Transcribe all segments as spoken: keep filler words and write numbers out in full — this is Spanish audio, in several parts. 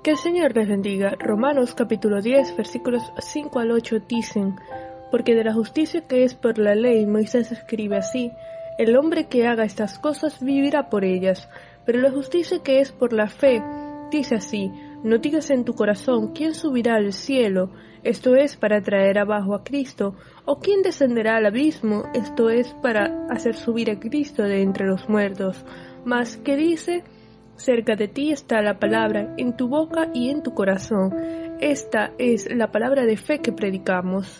Que el Señor les bendiga. Romanos capítulo diez, versículos cinco al ocho dicen: Porque de la justicia que es por la ley, Moisés escribe así: El hombre que haga estas cosas vivirá por ellas. Pero la justicia que es por la fe, dice así: No digas en tu corazón, ¿quién subirá al cielo? Esto es para traer abajo a Cristo. ¿O quién descenderá al abismo? Esto es para hacer subir a Cristo de entre los muertos. Mas, ¿qué dice? Cerca de ti está la palabra, en tu boca y en tu corazón. Esta es la palabra de fe que predicamos.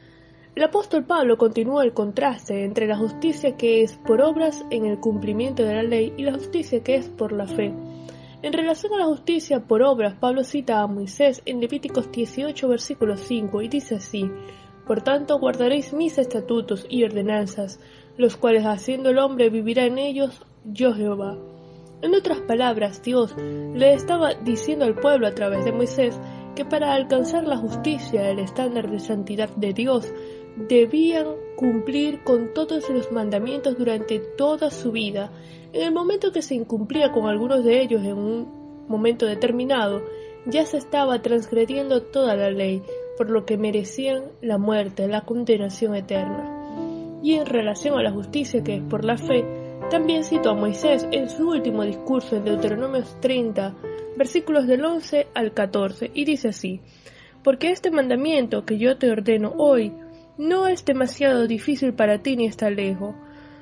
El apóstol Pablo continúa el contraste entre la justicia que es por obras en el cumplimiento de la ley y la justicia que es por la fe. En relación a la justicia por obras, Pablo cita a Moisés en Levíticos dieciocho, versículo cinco, y dice así: Por tanto, guardaréis mis estatutos y ordenanzas, los cuales haciendo el hombre vivirá en ellos, yo Jehová. En otras palabras, Dios le estaba diciendo al pueblo a través de Moisés que para alcanzar la justicia, el estándar de santidad de Dios, debían cumplir con todos los mandamientos durante toda su vida. En el momento que se incumplía con algunos de ellos en un momento determinado, ya se estaba transgrediendo toda la ley, por lo que merecían la muerte, la condenación eterna. Y en relación a la justicia que es por la fe, también citó a Moisés en su último discurso en Deuteronomio treinta, versículos del once al catorce, y dice así: Porque este mandamiento que yo te ordeno hoy no es demasiado difícil para ti ni está lejos.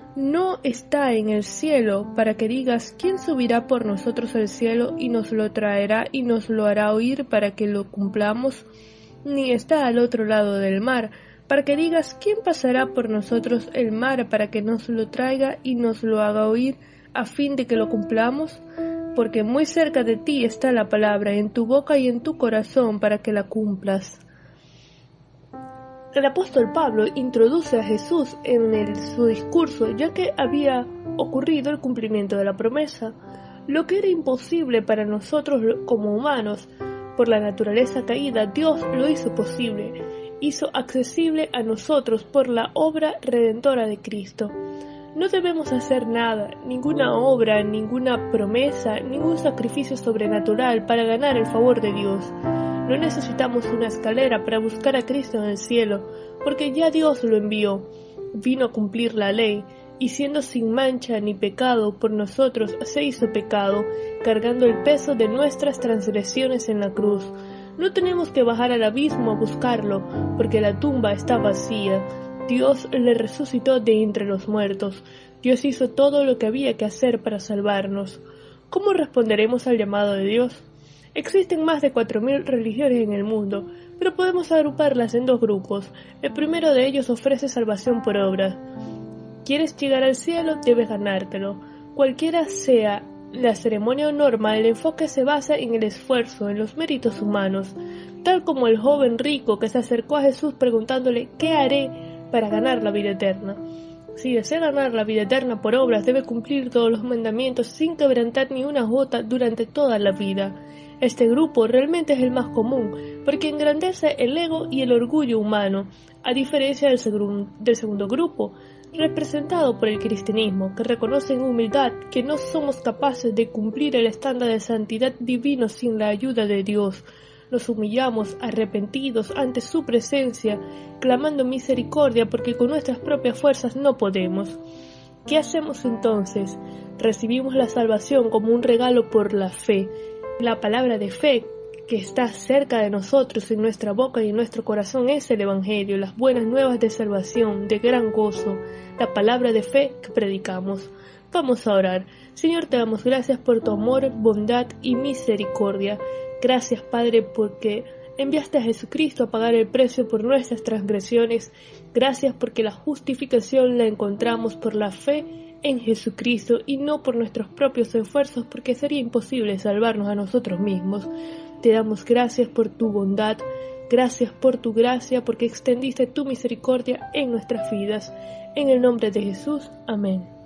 No está en el cielo para que digas: ¿quién subirá por nosotros al cielo y nos lo traerá y nos lo hará oír para que lo cumplamos? Ni está al otro lado del mar para que digas: ¿quién pasará por nosotros el mar para que nos lo traiga y nos lo haga oír a fin de que lo cumplamos? Porque muy cerca de ti está la palabra, en tu boca y en tu corazón, para que la cumplas. El apóstol Pablo introduce a Jesús en el, su discurso, ya que había ocurrido el cumplimiento de la promesa. Lo que era imposible para nosotros como humanos, por la naturaleza caída, Dios lo hizo posible, hizo accesible a nosotros por la obra redentora de Cristo. No debemos hacer nada, ninguna obra, ninguna promesa, ningún sacrificio sobrenatural para ganar el favor de Dios. No necesitamos una escalera para buscar a Cristo en el cielo, porque ya Dios lo envió. Vino a cumplir la ley, y siendo sin mancha ni pecado por nosotros, se hizo pecado, cargando el peso de nuestras transgresiones en la cruz. No tenemos que bajar al abismo a buscarlo, porque la tumba está vacía. Dios le resucitó de entre los muertos. Dios hizo todo lo que había que hacer para salvarnos. ¿Cómo responderemos al llamado de Dios? Existen más de cuatro mil religiones en el mundo, pero podemos agruparlas en dos grupos. El primero de ellos ofrece salvación por obras. ¿Quieres llegar al cielo? Debes ganártelo. Cualquiera sea la ceremonia o norma, el enfoque se basa en el esfuerzo, en los méritos humanos, tal como el joven rico que se acercó a Jesús preguntándole: ¿qué haré para ganar la vida eterna? Si desea ganar la vida eterna por obras, debe cumplir todos los mandamientos sin quebrantar ni una jota durante toda la vida. Este grupo realmente es el más común, porque engrandece el ego y el orgullo humano, a diferencia del, seg- del segundo grupo, representado por el cristianismo, que reconoce en humildad que no somos capaces de cumplir el estándar de santidad divino sin la ayuda de Dios. Nos humillamos arrepentidos ante su presencia, clamando misericordia porque con nuestras propias fuerzas no podemos. ¿Qué hacemos entonces? Recibimos la salvación como un regalo por la fe. La palabra de fe que está cerca de nosotros, en nuestra boca y en nuestro corazón, es el Evangelio, las buenas nuevas de salvación, de gran gozo, la palabra de fe que predicamos. Vamos a orar. Señor, te damos gracias por tu amor, bondad y misericordia. Gracias, Padre, porque enviaste a Jesucristo a pagar el precio por nuestras transgresiones. Gracias porque la justificación la encontramos por la fe en Jesucristo y no por nuestros propios esfuerzos, porque sería imposible salvarnos a nosotros mismos. Te damos gracias por tu bondad, gracias por tu gracia, porque extendiste tu misericordia en nuestras vidas. En el nombre de Jesús, amén.